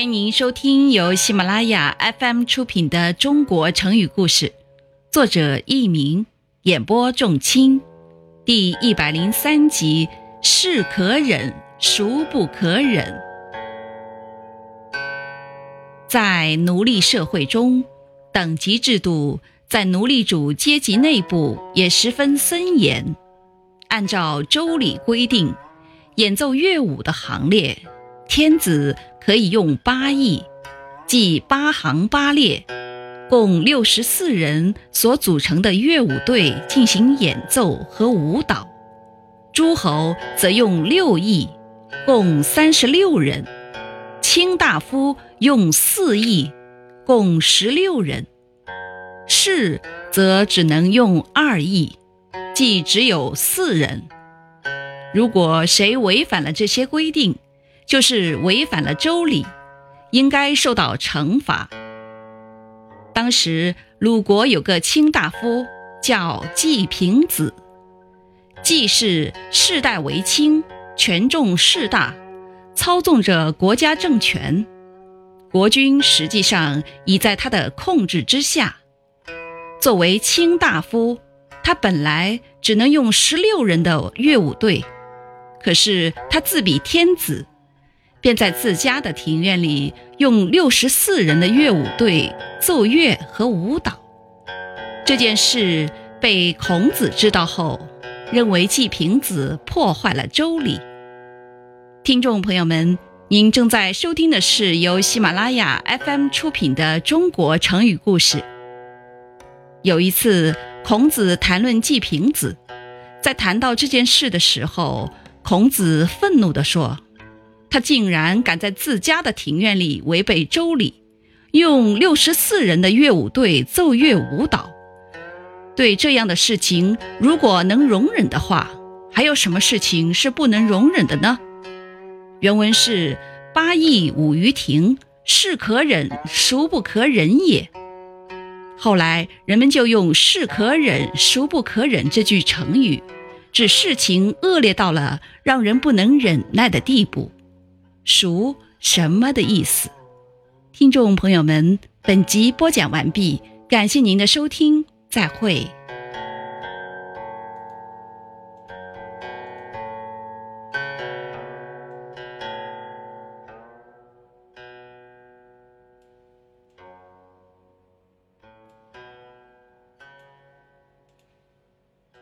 欢迎您收听由喜马拉雅 FM 出品的中国成语故事，作者佚名，演播仲卿，第103集，是可忍，孰不可忍。在奴隶社会中，等级制度在奴隶主阶级内部也十分森严。按照周礼规定，演奏乐舞的行列，天子可以用8役，即8行8列，共64人所组成的乐舞队进行演奏和舞蹈。诸侯则用6役，共36人。卿大夫用4役，共16人。士则只能用2役，即只有4人。如果谁违反了这些规定，就是违反了周礼，应该受到惩罚。当时鲁国有个卿大夫叫季平子，季氏世代为卿，权重势大，操纵着国家政权，国君实际上已在他的控制之下。作为卿大夫，他本来只能用16人的乐舞队，可是他自比天子，便在自家的庭院里用64人的乐舞队奏乐和舞蹈。这件事被孔子知道后，认为季平子破坏了周礼。听众朋友们，您正在收听的是由喜马拉雅 FM 出品的中国成语故事。有一次，孔子谈论季平子，在谈到这件事的时候，孔子愤怒地说，他竟然敢在自家的庭院里违背周礼，用64人的乐舞队奏乐舞蹈。对这样的事情，如果能容忍的话，还有什么事情是不能容忍的呢？原文是8役舞于庭，是可忍，孰不可忍也。后来人们就用是可忍，孰不可忍这句成语，指事情恶劣到了让人不能忍耐的地步。孰什么的意思？听众朋友们，本集播讲完毕，感谢您的收听，再会。